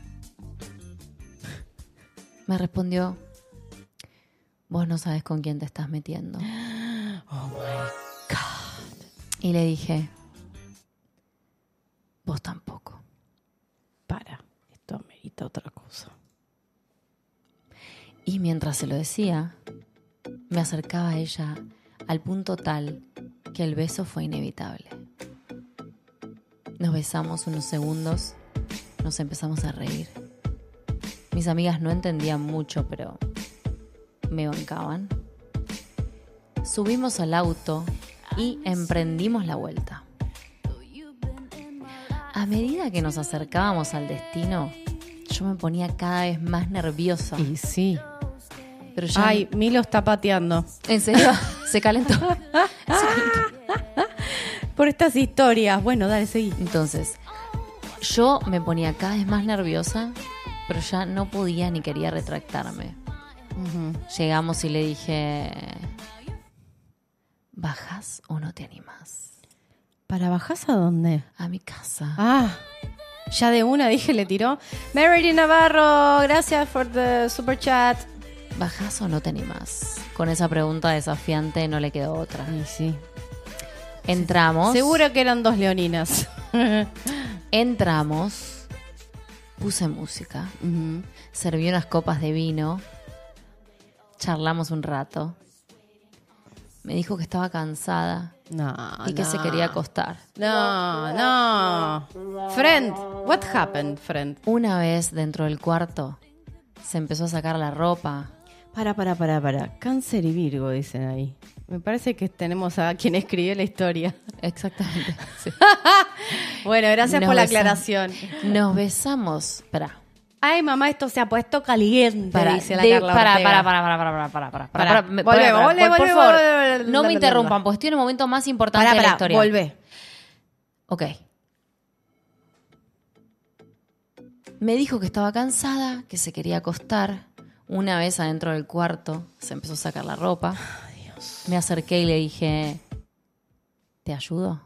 Me respondió, vos no sabes con quién te estás metiendo. Oh my God. Y le dije, vos tampoco. Para. Esto amerita otra cosa. Y mientras se lo decía, me acercaba a ella al punto tal que el beso fue inevitable. Nos besamos unos segundos, nos empezamos a reír. Mis amigas no entendían mucho, pero me bancaban. Subimos al auto y emprendimos la vuelta. A medida que nos acercábamos al destino, yo me ponía cada vez más nerviosa. Y sí. Pero ya Ay, Milo está pateando. ¿En serio? Se calentó. Por estas historias. Bueno, dale, seguí. Entonces, yo me ponía cada vez más nerviosa, pero ya no podía ni quería retractarme. Ujú. Llegamos y le dije, ¿bajás o no te animás? ¿Para bajás a dónde? A mi casa. Ah, ya de una dije, le tiró. Meredith Navarro, gracias por the super chat. ¿Bajás o no te animás? Con esa pregunta desafiante no le quedó otra. Y sí. Entramos. Seguro que eran dos leoninas. Entramos. Puse música. Ujú. Serví unas copas de vino. Charlamos un rato. Me dijo que estaba cansada No, y que no. se quería acostar. No, no. Friend, what happened, friend? Una vez dentro del cuarto, se empezó a sacar la ropa. Para, para, para, para. Cáncer y Virgo, dicen ahí. Me parece que tenemos a quien escribió la historia. Exactamente. Sí. Bueno, gracias Nos por la besamos. aclaración. Nos besamos. Espera. Ay, mamá, esto se ha puesto caliente, Para, dice la de- Carla para, Ortega. para, para, para, para, para, para, Pará. para, me- Volvemos, para, volvemos, por, por volvemos, favor, volvemos, no me volvemos. interrumpan, porque estoy en el momento más importante Pará, de la pará, historia. volvé. Ok. Me dijo que estaba cansada, que se quería acostar. Una vez adentro del cuarto, se empezó a sacar la ropa. Me acerqué y le dije, ¿te ayudo?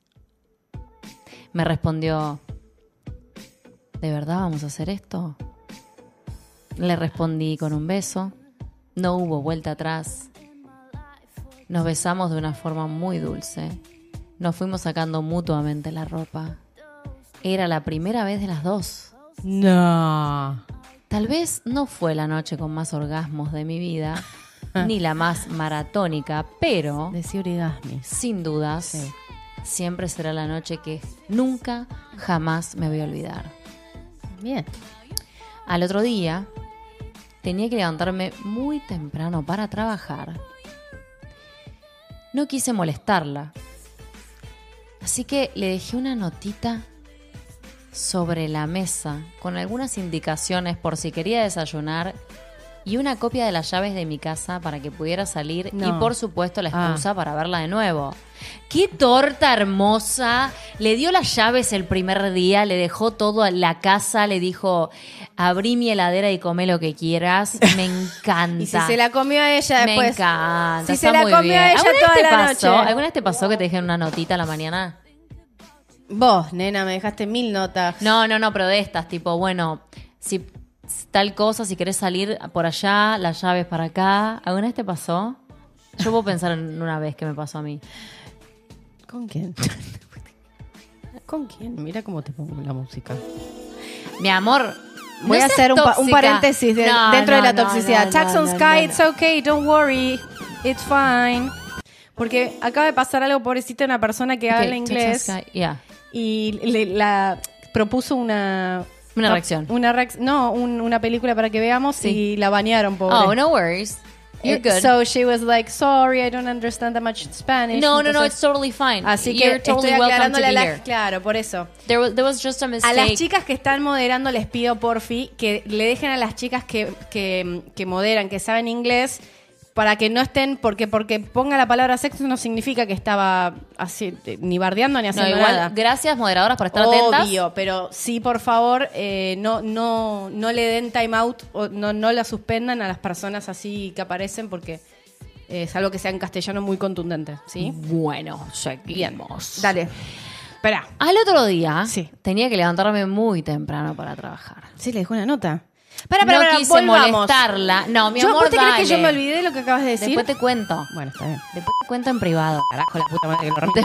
Me respondió, ¿de verdad vamos a hacer esto? Le respondí con un beso. No hubo vuelta atrás. Nos besamos de una forma muy dulce. Nos fuimos sacando mutuamente la ropa. Era la primera vez de las dos. No. Tal vez no fue la noche con más orgasmos de mi vida, ni la más maratónica, pero Decí orgasmis. sin dudas, Sí. siempre será la noche que nunca, jamás me voy a olvidar. Bien. Al otro día, tenía que levantarme muy temprano para trabajar. No quise molestarla, así que le dejé una notita sobre la mesa con algunas indicaciones por si quería desayunar y una copia de las llaves de mi casa para que pudiera salir No. y por supuesto la excusa Ah. para verla de nuevo. ¡Qué torta hermosa! Le dio las llaves el primer día, le dejó todo en la casa, le dijo, abrí mi heladera y come lo que quieras. Me encanta. Y si se la comió a ella Me después. encanta. Si está se la muy comió bien. a ella ¿Alguna vez toda te la pasó? noche. ¿Alguna vez te pasó que te dijeron una notita a la mañana? Vos, nena, me dejaste mil notas. No, no, no, pero de estas, tipo, bueno, si tal cosa, si querés salir por allá, las llaves para acá. ¿Alguna vez te pasó? Yo puedo pensar en una vez que me pasó a mí. ¿Con quién? ¿Con quién? Mira cómo te pongo la música. Mi amor, Voy no a seas hacer un, pa- un tóxica. paréntesis de- No, dentro no, de la no, toxicidad. no, Tax no, on no, Sky, no, it's no. okay, don't worry. It's fine. Porque acaba de pasar algo, pobrecita, una persona que Ok, habla Tax on inglés Sky, yeah. y le, la propuso una... Una no, reacción. Una reac- no, un- una película para que veamos Sí. y la bañaron, pobre. Oh, no worries. You're Eh, good. So she was like, sorry, I don't understand that much Spanish. no, no, no, Entonces- it's totally fine. Así que You're totally estoy welcome to aclarándole be a la... here. Claro, por eso. There was, there was just a A mistake. las chicas que están moderando les pido, porfi, que le dejen a las chicas que, que, que moderan, que saben inglés, para que no estén, porque porque ponga la palabra sexo no significa que estaba así, eh, ni bardeando ni No, haciendo igual, nada. gracias, moderadoras, por estar atentas. Obvio, pero sí, por favor, eh, no, no, no le den time out o no, no la suspendan a las personas así que aparecen porque eh, es algo que sea en castellano muy contundente, ¿sí? Bueno, Bien, seguimos. dale. Espera. Al otro día, Sí. tenía que levantarme muy temprano para trabajar. Sí, le dejó una nota. Para, para, no para, quise volvamos. molestarla. No, mi Yo, amor, ¿vos te crees que yo dale. me olvidé de lo que acabas de decir? Después te cuento. Bueno, está bien. Después te cuento en privado. Carajo, la puta madre que lo rompió.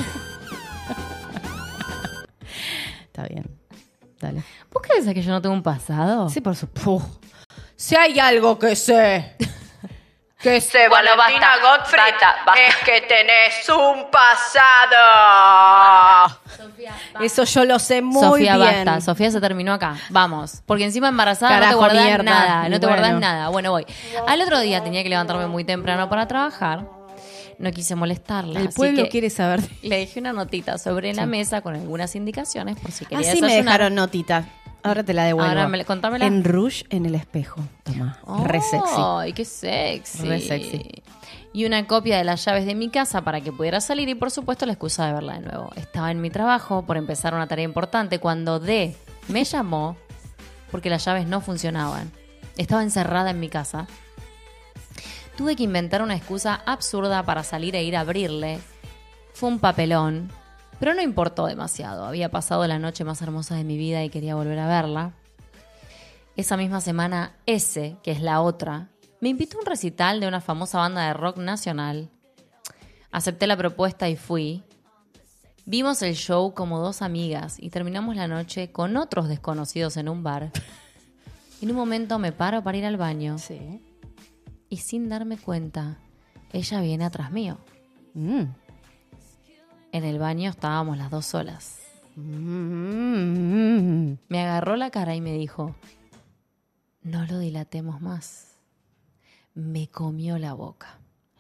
Está bien. Dale. ¿Vos crees que yo no tengo un pasado? Sí, por supuesto. Si hay algo que sé. Que sé, Bueno, Valentina basta, Gottfried, basta, basta. es que tenés un pasado. Eso yo lo sé muy Sofía, bien. basta. Sofía se terminó acá. Vamos. Porque encima embarazada Carajo, no te guardás mierda. nada. No te Bueno. guardás nada. Bueno, voy. Al otro día tenía que levantarme muy temprano para trabajar. No quise molestarla. El así pueblo que quiere saber. le dejé una notita sobre la mesa con algunas indicaciones por si quería Así me desayunar. dejaron notita. Ahora te la devuelvo. Ahora me la- contámela. En rouge en el espejo. Toma. Re sexy. Ay, qué sexy. Re sexy. Y una copia de las llaves de mi casa para que pudiera salir y por supuesto la excusa de verla de nuevo. Estaba en mi trabajo por empezar una tarea importante cuando D me llamó porque las llaves no funcionaban. Estaba encerrada en mi casa. Tuve que inventar una excusa absurda para salir e ir a abrirle. Fue un papelón, pero no importó demasiado. Había pasado la noche más hermosa de mi vida y quería volver a verla. Esa misma semana, S, que es la otra, me invitó a un recital de una famosa banda de rock nacional. Acepté la propuesta y fui. Vimos el show como dos amigas y terminamos la noche con otros desconocidos en un bar. En un momento me paro para ir al baño Sí. y sin darme cuenta, ella viene atrás mío. Mm. En el baño estábamos las dos solas. Mm. Me agarró la cara y me dijo, no lo dilatemos más. Me comió la boca.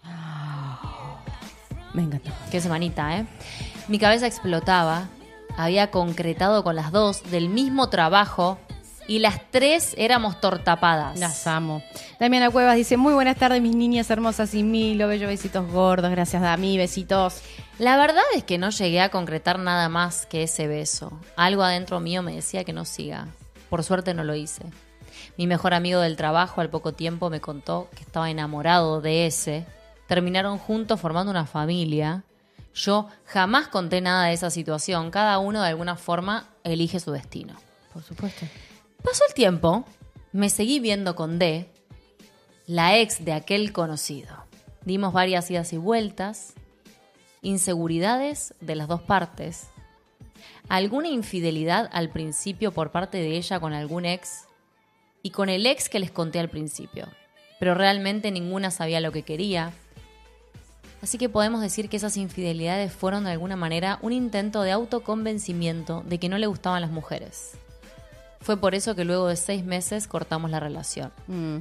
Me encantó. Qué semanita, ¿eh? Mi cabeza explotaba. Había concretado con las dos del mismo trabajo y las tres éramos tortapadas. Las amo. Damiana Cuevas dice, muy buenas tardes, mis niñas hermosas y Milo, bello, besitos gordos. Gracias, Dami, besitos. La verdad es que no llegué a concretar nada más que ese beso. Algo adentro mío me decía que no siga. Por suerte no lo hice. Mi mejor amigo del trabajo al poco tiempo me contó que estaba enamorado de ese. Terminaron juntos formando una familia. Yo jamás conté nada de esa situación. Cada uno de alguna forma elige su destino. Por supuesto. Pasó el tiempo. Me seguí viendo con D, la ex de aquel conocido. Dimos varias idas y vueltas. Inseguridades de las dos partes. Alguna infidelidad al principio por parte de ella con algún ex. Y con el ex que les conté al principio. Pero realmente ninguna sabía lo que quería. Así que podemos decir que esas infidelidades fueron de alguna manera un intento de autoconvencimiento de que no le gustaban las mujeres. Fue por eso que luego de seis meses cortamos la relación. Mm.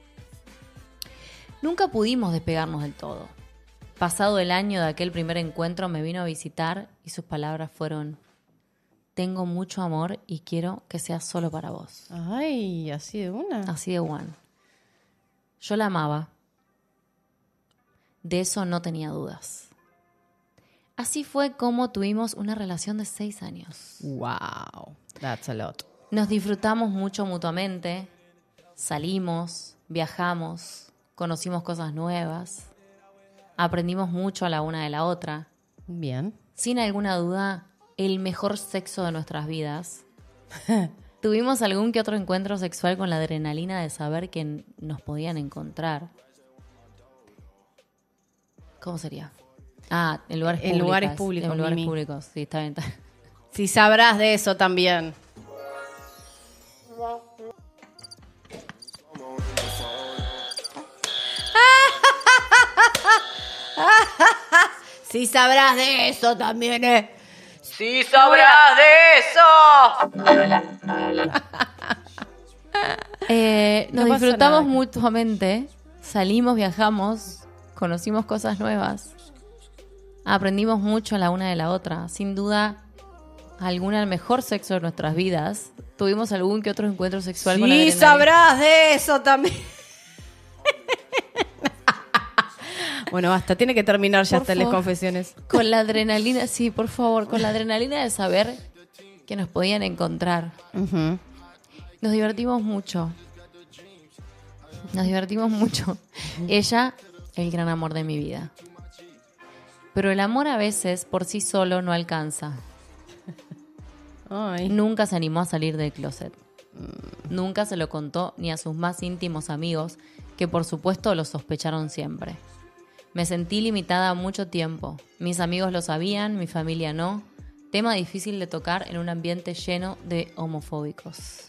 Nunca pudimos despegarnos del todo. Pasado el año de aquel primer encuentro me vino a visitar y sus palabras fueron: tengo mucho amor y quiero que sea solo para vos. Ay, así de una. Así de one. Yo la amaba. De eso no tenía dudas. Así fue como tuvimos una relación de seis años. Wow, that's a lot. Nos disfrutamos mucho mutuamente, salimos, viajamos, conocimos cosas nuevas, aprendimos mucho a la una de la otra. Bien. Sin alguna duda, el mejor sexo de nuestras vidas. Tuvimos algún que otro encuentro sexual con la adrenalina de saber que nos podían encontrar. ¿Cómo sería? Ah, en lugares En públicos. lugares públicos, En lugares Mimi. públicos, sí, está bien. Está bien. Si sabrás de eso también. Si sabrás de eso también, eh. Si sabrás de eso. Eh, nos No pasa disfrutamos nada. mutuamente, salimos, viajamos, conocimos cosas nuevas, aprendimos mucho la una de la otra. Sin duda alguna, el mejor sexo de nuestras vidas. Tuvimos algún que otro encuentro sexual con Si adrenalina. sabrás de eso también. Bueno, basta, tiene que terminar ya Por hasta las favor. confesiones. Con la adrenalina, sí, por favor, con la adrenalina de saber que nos podían encontrar. Ujú. Nos divertimos mucho. Nos divertimos mucho. Ella, el gran amor de mi vida. Pero el amor a veces por sí solo no alcanza. Ay. Nunca se animó a salir del closet. Nunca se lo contó ni a sus más íntimos amigos, que por supuesto lo sospecharon siempre. Me sentí limitada mucho tiempo. Mis amigos lo sabían, mi familia no. Tema difícil de tocar en un ambiente lleno de homofóbicos.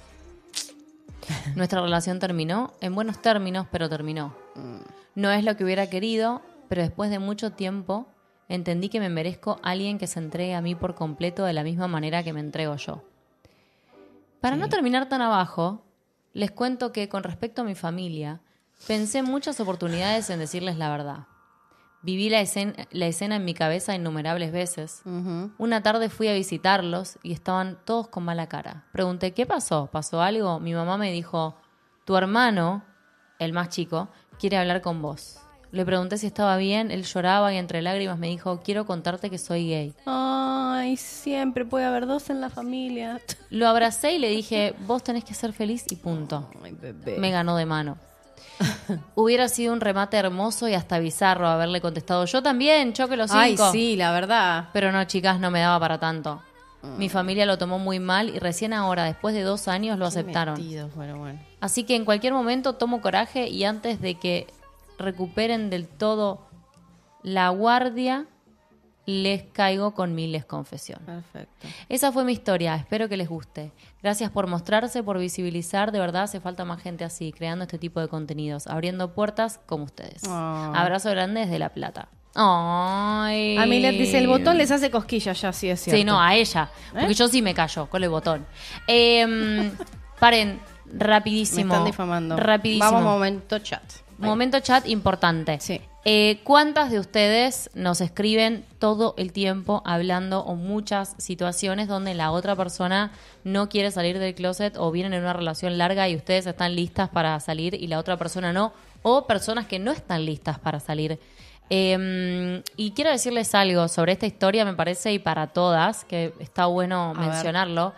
Nuestra relación terminó, en buenos términos, pero terminó. No es lo que hubiera querido, pero después de mucho tiempo entendí que me merezco alguien que se entregue a mí por completo de la misma manera que me entrego yo. Para no terminar tan abajo, les cuento que con respecto a mi familia, pensé en muchas oportunidades en decirles la verdad. Viví la escena, la escena en mi cabeza innumerables veces. Ujú. Una tarde fui a visitarlos y estaban todos con mala cara. Pregunté, ¿qué pasó? ¿Pasó algo? Mi mamá me dijo, tu hermano, el más chico, quiere hablar con vos. Le pregunté si estaba bien, él lloraba y entre lágrimas me dijo, quiero contarte que soy gay. Ay, siempre puede haber dos en la familia. Lo abracé y le dije, vos tenés que ser feliz y punto. Ay, bebé. Me ganó de mano. Hubiera sido un remate hermoso y hasta bizarro haberle contestado, yo también, choque los Ay, cinco. sí, la verdad. Pero no, chicas, no me daba para tanto. Mi familia lo tomó muy mal y recién ahora, después de dos años, lo aceptaron. Metidos, bueno, bueno. Así que en cualquier momento tomo coraje y antes de que recuperen del todo la guardia, les caigo con miles confesión. Perfecto. Esa fue mi historia, espero que les guste. Gracias por mostrarse, por visibilizar, de verdad hace falta más gente así, creando este tipo de contenidos, abriendo puertas como ustedes. Oh. Abrazo grande desde La Plata. Ay. A Milet dice, el botón les hace cosquillas ya, sí es cierto. Sí, no, a ella, porque ¿Eh? yo sí me callo con el botón. Eh, paren, rapidísimo. Me están difamando. Rapidísimo. Vamos, momento chat. Momento chat importante. Sí. Eh, ¿Cuántas de ustedes nos escriben todo el tiempo hablando o muchas situaciones donde la otra persona no quiere salir del closet o vienen en una relación larga y ustedes están listas para salir y la otra persona no? O personas que no están listas para salir. Eh, y quiero decirles algo sobre esta historia, me parece, y para todas, que está bueno A mencionarlo.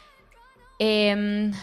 Eh,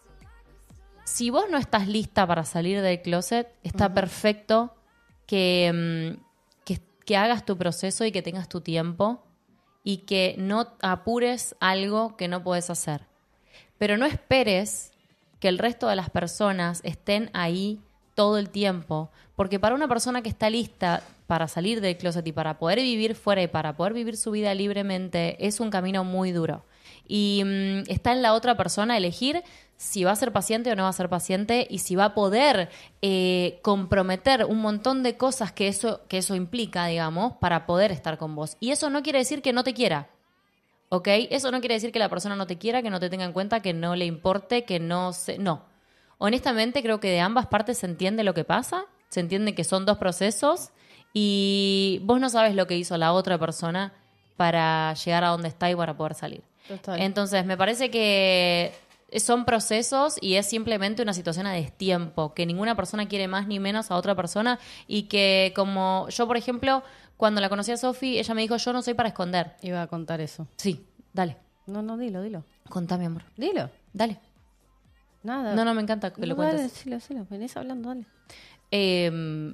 si vos no estás lista para salir del closet, está perfecto que, mm, que, que hagas tu proceso y que tengas tu tiempo y que no apures algo que no puedes hacer. Pero no esperes que el resto de las personas estén ahí todo el tiempo, porque para una persona que está lista para salir del closet y para poder vivir fuera y para poder vivir su vida libremente, es un camino muy duro. Y mm, está en la otra persona elegir si va a ser paciente o no va a ser paciente y si va a poder eh, comprometer un montón de cosas que eso, que eso implica, digamos, para poder estar con vos. Y eso no quiere decir que no te quiera, ¿ok? Eso no quiere decir que la persona no te quiera, que no te tenga en cuenta, que no le importe, que no se... No. Honestamente creo que de ambas partes se entiende lo que pasa, se entiende que son dos procesos y vos no sabes lo que hizo la otra persona para llegar a donde está y para poder salir. Total. Entonces, me parece que son procesos y es simplemente una situación a destiempo, que ninguna persona quiere más ni menos a otra persona y que como yo, por ejemplo, cuando la conocí a Sofi, ella me dijo, yo no soy para esconder. Iba a contar eso. Sí, dale. No, no, dilo, dilo. Contá, mi amor. Dilo. Dale. Nada. No, no, me encanta que no, lo dale, cuentes. decilo, decilo. Venís hablando, dale. Eh,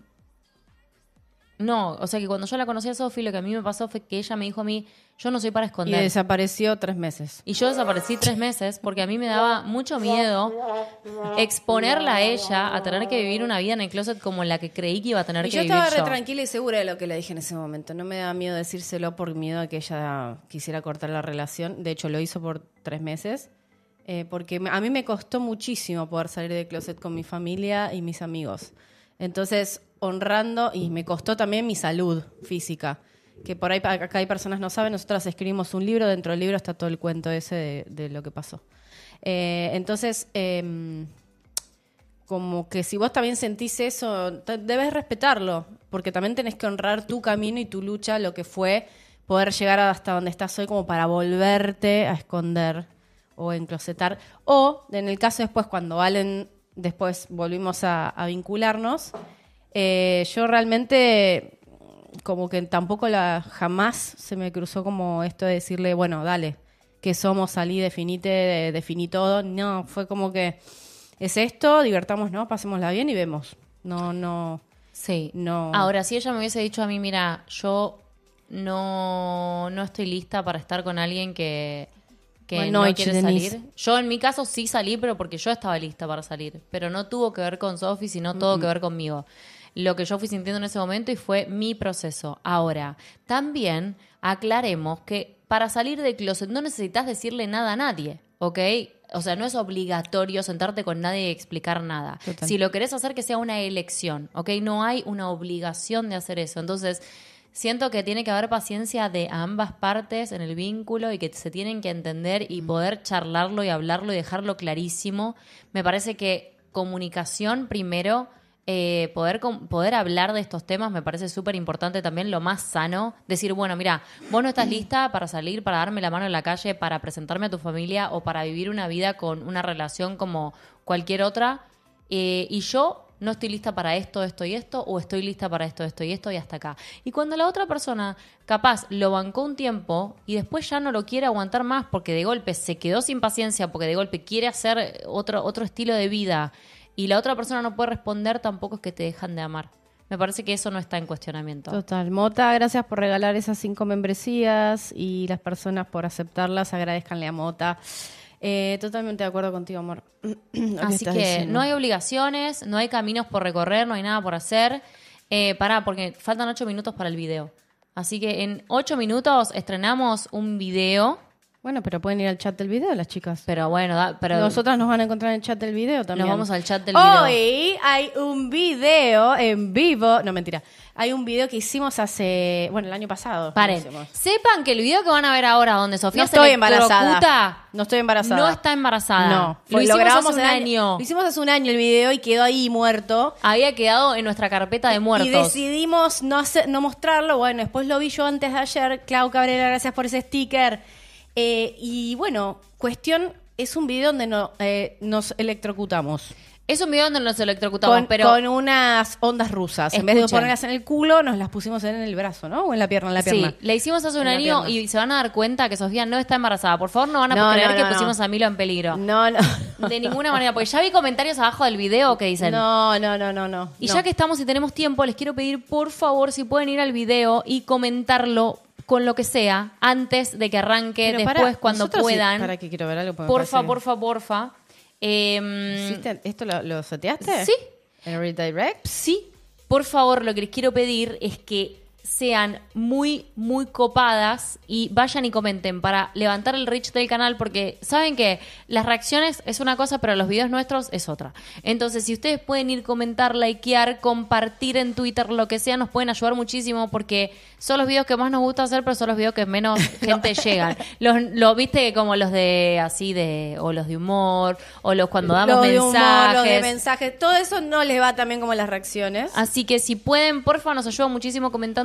no, o sea que cuando yo la conocí a Sofi, lo que a mí me pasó fue que ella me dijo a mí, yo no soy para Y esconder. desapareció tres meses. Y yo desaparecí tres meses porque a mí me daba mucho miedo exponerla a ella a tener que vivir una vida en el closet como la que creí que iba a tener Y que yo vivir estaba re yo. tranquila y segura de lo que le dije en ese momento. No me daba miedo decírselo por miedo a que ella quisiera cortar la relación. De hecho, lo hizo por tres meses. Eh, porque me- a mí me costó muchísimo poder salir del closet con mi familia y mis amigos. Entonces, honrando, y me costó también mi salud física. Que por ahí acá hay personas no saben, nosotros escribimos un libro, dentro del libro está todo el cuento ese de, de lo que pasó. Eh, entonces, eh, como que si vos también sentís eso, te- debes respetarlo, porque también tenés que honrar tu camino y tu lucha, lo que fue poder llegar hasta donde estás hoy como para volverte a esconder o enclosetar. O, en el caso después, cuando Valen, después volvimos a, a vincularnos, eh, yo realmente como que tampoco la jamás se me cruzó como esto de decirle, bueno, dale, que somos, salí, definite, de- definí todo. No, fue como que es esto, divertámonos, pasémosla bien y vemos. No, no, Sí. no. Ahora, si ella me hubiese dicho a mí, mira, yo no, no estoy lista para estar con alguien que, que Bueno, no no, quiere Denise. salir. Yo en mi caso sí salí, pero porque yo estaba lista para salir. Pero no tuvo que ver con Sofi, sino todo que ver conmigo. Lo que yo fui sintiendo en ese momento y fue mi proceso. Ahora, también aclaremos que para salir del closet no necesitas decirle nada a nadie, ¿ok? O sea, no es obligatorio sentarte con nadie y explicar nada. Total. Si lo querés hacer, que sea una elección, ¿ok? No hay una obligación de hacer eso. Entonces, siento que tiene que haber paciencia de ambas partes en el vínculo y que se tienen que entender y poder charlarlo y hablarlo y dejarlo clarísimo. Me parece que comunicación primero, eh, poder, com- poder hablar de estos temas me parece súper importante también, lo más sano. Decir, bueno, mira, vos no estás lista para salir, para darme la mano en la calle, para presentarme a tu familia o para vivir una vida con una relación como cualquier otra. Eh, y yo no estoy lista para esto, esto y esto, o estoy lista para esto, esto y esto y hasta acá. Y cuando la otra persona capaz lo bancó un tiempo y después ya no lo quiere aguantar más porque de golpe se quedó sin paciencia, porque de golpe quiere hacer otro, otro estilo de vida y la otra persona no puede responder, tampoco es que te dejan de amar. Me parece que eso no está en cuestionamiento. Total. Mota, gracias por regalar esas cinco membresías y las personas por aceptarlas, agradezcanle a Mota. Eh, totalmente de acuerdo contigo, amor. Lo Así estás que diciendo. no hay obligaciones, no hay caminos por recorrer, no hay nada por hacer. Eh, pará, porque faltan ocho minutos para el video. Así que en ocho minutos estrenamos un video. Bueno, pero pueden ir al chat del video las chicas. Pero bueno, da- pero Nosotras nos van a encontrar en el chat del video también. nos vamos al chat del video. Hoy hay un video en vivo. No, mentira. Hay un video que hicimos hace... Bueno, el año pasado. Paren, Lo hicimos. sepan que el video que van a ver ahora, donde Sofía No se estoy electrocuta, embarazada. No estoy embarazada. no está embarazada. No. Lo Fue- hicimos grabamos hace un el año. Lo hicimos hace un año el video y quedó ahí muerto. Había quedado en nuestra carpeta de muertos. Y decidimos no, hacer, no mostrarlo. Bueno, después lo vi yo antes de ayer. Clau Cabrera, gracias por ese sticker. Eh, y bueno, cuestión, es un video donde no, eh, nos electrocutamos. Es un video donde nos electrocutamos, Con, pero... con unas ondas rusas. En vez de Escuchen. ponerlas en el culo, nos las pusimos en el brazo, ¿no? O en la pierna, en la pierna. Sí, la hicimos hace un En la año pierna. y se van a dar cuenta que Sofía no está embarazada. Por favor, no van a No, creer no, que no, pusimos no. a Milo en peligro. No, no. De ninguna manera, porque ya vi comentarios abajo del video que dicen... No, no, no, no, no. Y no. ya que estamos y tenemos tiempo, les quiero pedir, por favor, si pueden ir al video y comentarlo con lo que sea antes de que arranque, Pero después pará, cuando nosotros sí- puedan. Para que quiero ver algo. porque me Porfa, parece- porfa, porfa. Eh, ¿Hiciste- ¿Esto lo, lo seteaste? Sí. ¿En Redirect? Sí, por favor, lo que les quiero pedir es que sean muy, muy copadas y vayan y comenten para levantar el reach del canal, porque saben que las reacciones es una cosa, pero los videos nuestros es otra. Entonces, si ustedes pueden ir comentar, likear, compartir en Twitter, lo que sea, nos pueden ayudar muchísimo, porque son los videos que más nos gusta hacer, pero son los videos que menos gente llegan. Los, lo viste como los de así de, o los de humor, o los cuando damos Los de mensajes. humor, los de mensajes. Todo eso no les va tan bien como las reacciones. Así que si pueden, porfa, nos ayuda muchísimo comentando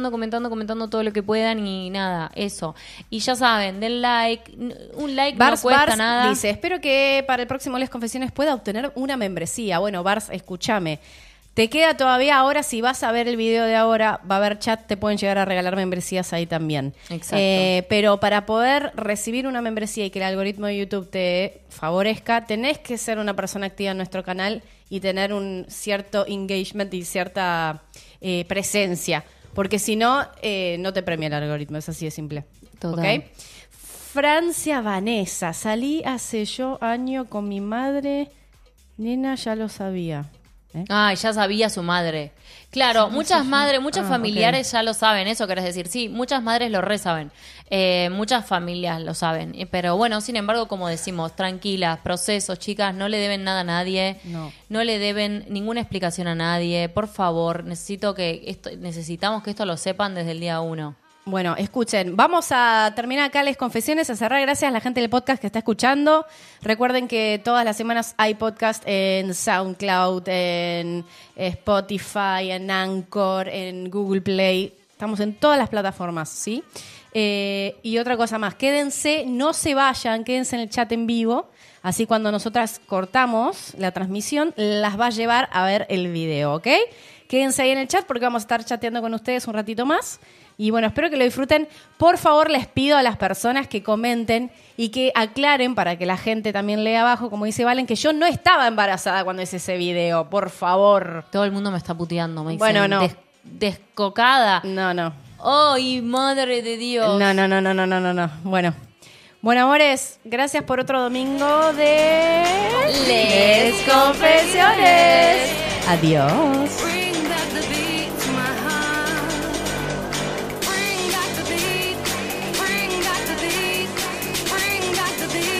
comentando, comentando, comentando todo lo que puedan y nada, eso. Y ya saben, den like. Un like Bars, no cuesta Bars nada. dice, espero que para el próximo Les Confesiones pueda obtener una membresía. Bueno, Bars, escúchame. Te queda todavía ahora, si vas a ver el video de ahora, va a haber chat, te pueden llegar a regalar membresías ahí también. Exacto. Eh, pero para poder recibir una membresía y que el algoritmo de YouTube te favorezca, tenés que ser una persona activa en nuestro canal y tener un cierto engagement y cierta eh, presencia. Porque si no, eh, no te premia el algoritmo, es así de simple. Total. ¿Okay? Francia Vanessa, salí hace yo año con mi madre, nena, ya lo sabía. ¿Eh? Ay, ya sabía su madre. Claro, Sí, muchas sí, sí. madres, muchos Ah, familiares ok. ya lo saben, eso querés decir. Sí, muchas madres lo re saben. Eh, muchas familias lo saben. Eh, Pero bueno, sin embargo, como decimos, tranquilas, procesos, chicas, no le deben nada a nadie. No. No le deben ninguna explicación a nadie. Por favor, necesito que esto, necesitamos que esto lo sepan desde el día uno. Bueno, escuchen, vamos a terminar acá Les Confesiones, a cerrar. Gracias a la gente del podcast que está escuchando. Recuerden que todas las semanas hay podcast en SoundCloud, en Spotify, en Anchor, en Google Play. Estamos en todas las plataformas, ¿sí? Eh, y otra cosa más, quédense, no se vayan, quédense en el chat en vivo. Así cuando nosotras cortamos la transmisión, las va a llevar a ver el video, ¿ok? Quédense ahí en el chat porque vamos a estar chateando con ustedes un ratito más. Y bueno, espero que lo disfruten. Por favor, les pido a las personas que comenten y que aclaren para que la gente también lea abajo, como dice Valen, que yo no estaba embarazada cuando hice ese video. Por favor. Todo el mundo me está puteando, me dicen. Bueno, no. "Des- descocada. No, no. ¡Ay, madre de Dios! No, no, no, no, no, no, no, no. Bueno. Bueno, amores, gracias por otro domingo de Les Confesiones. Adiós.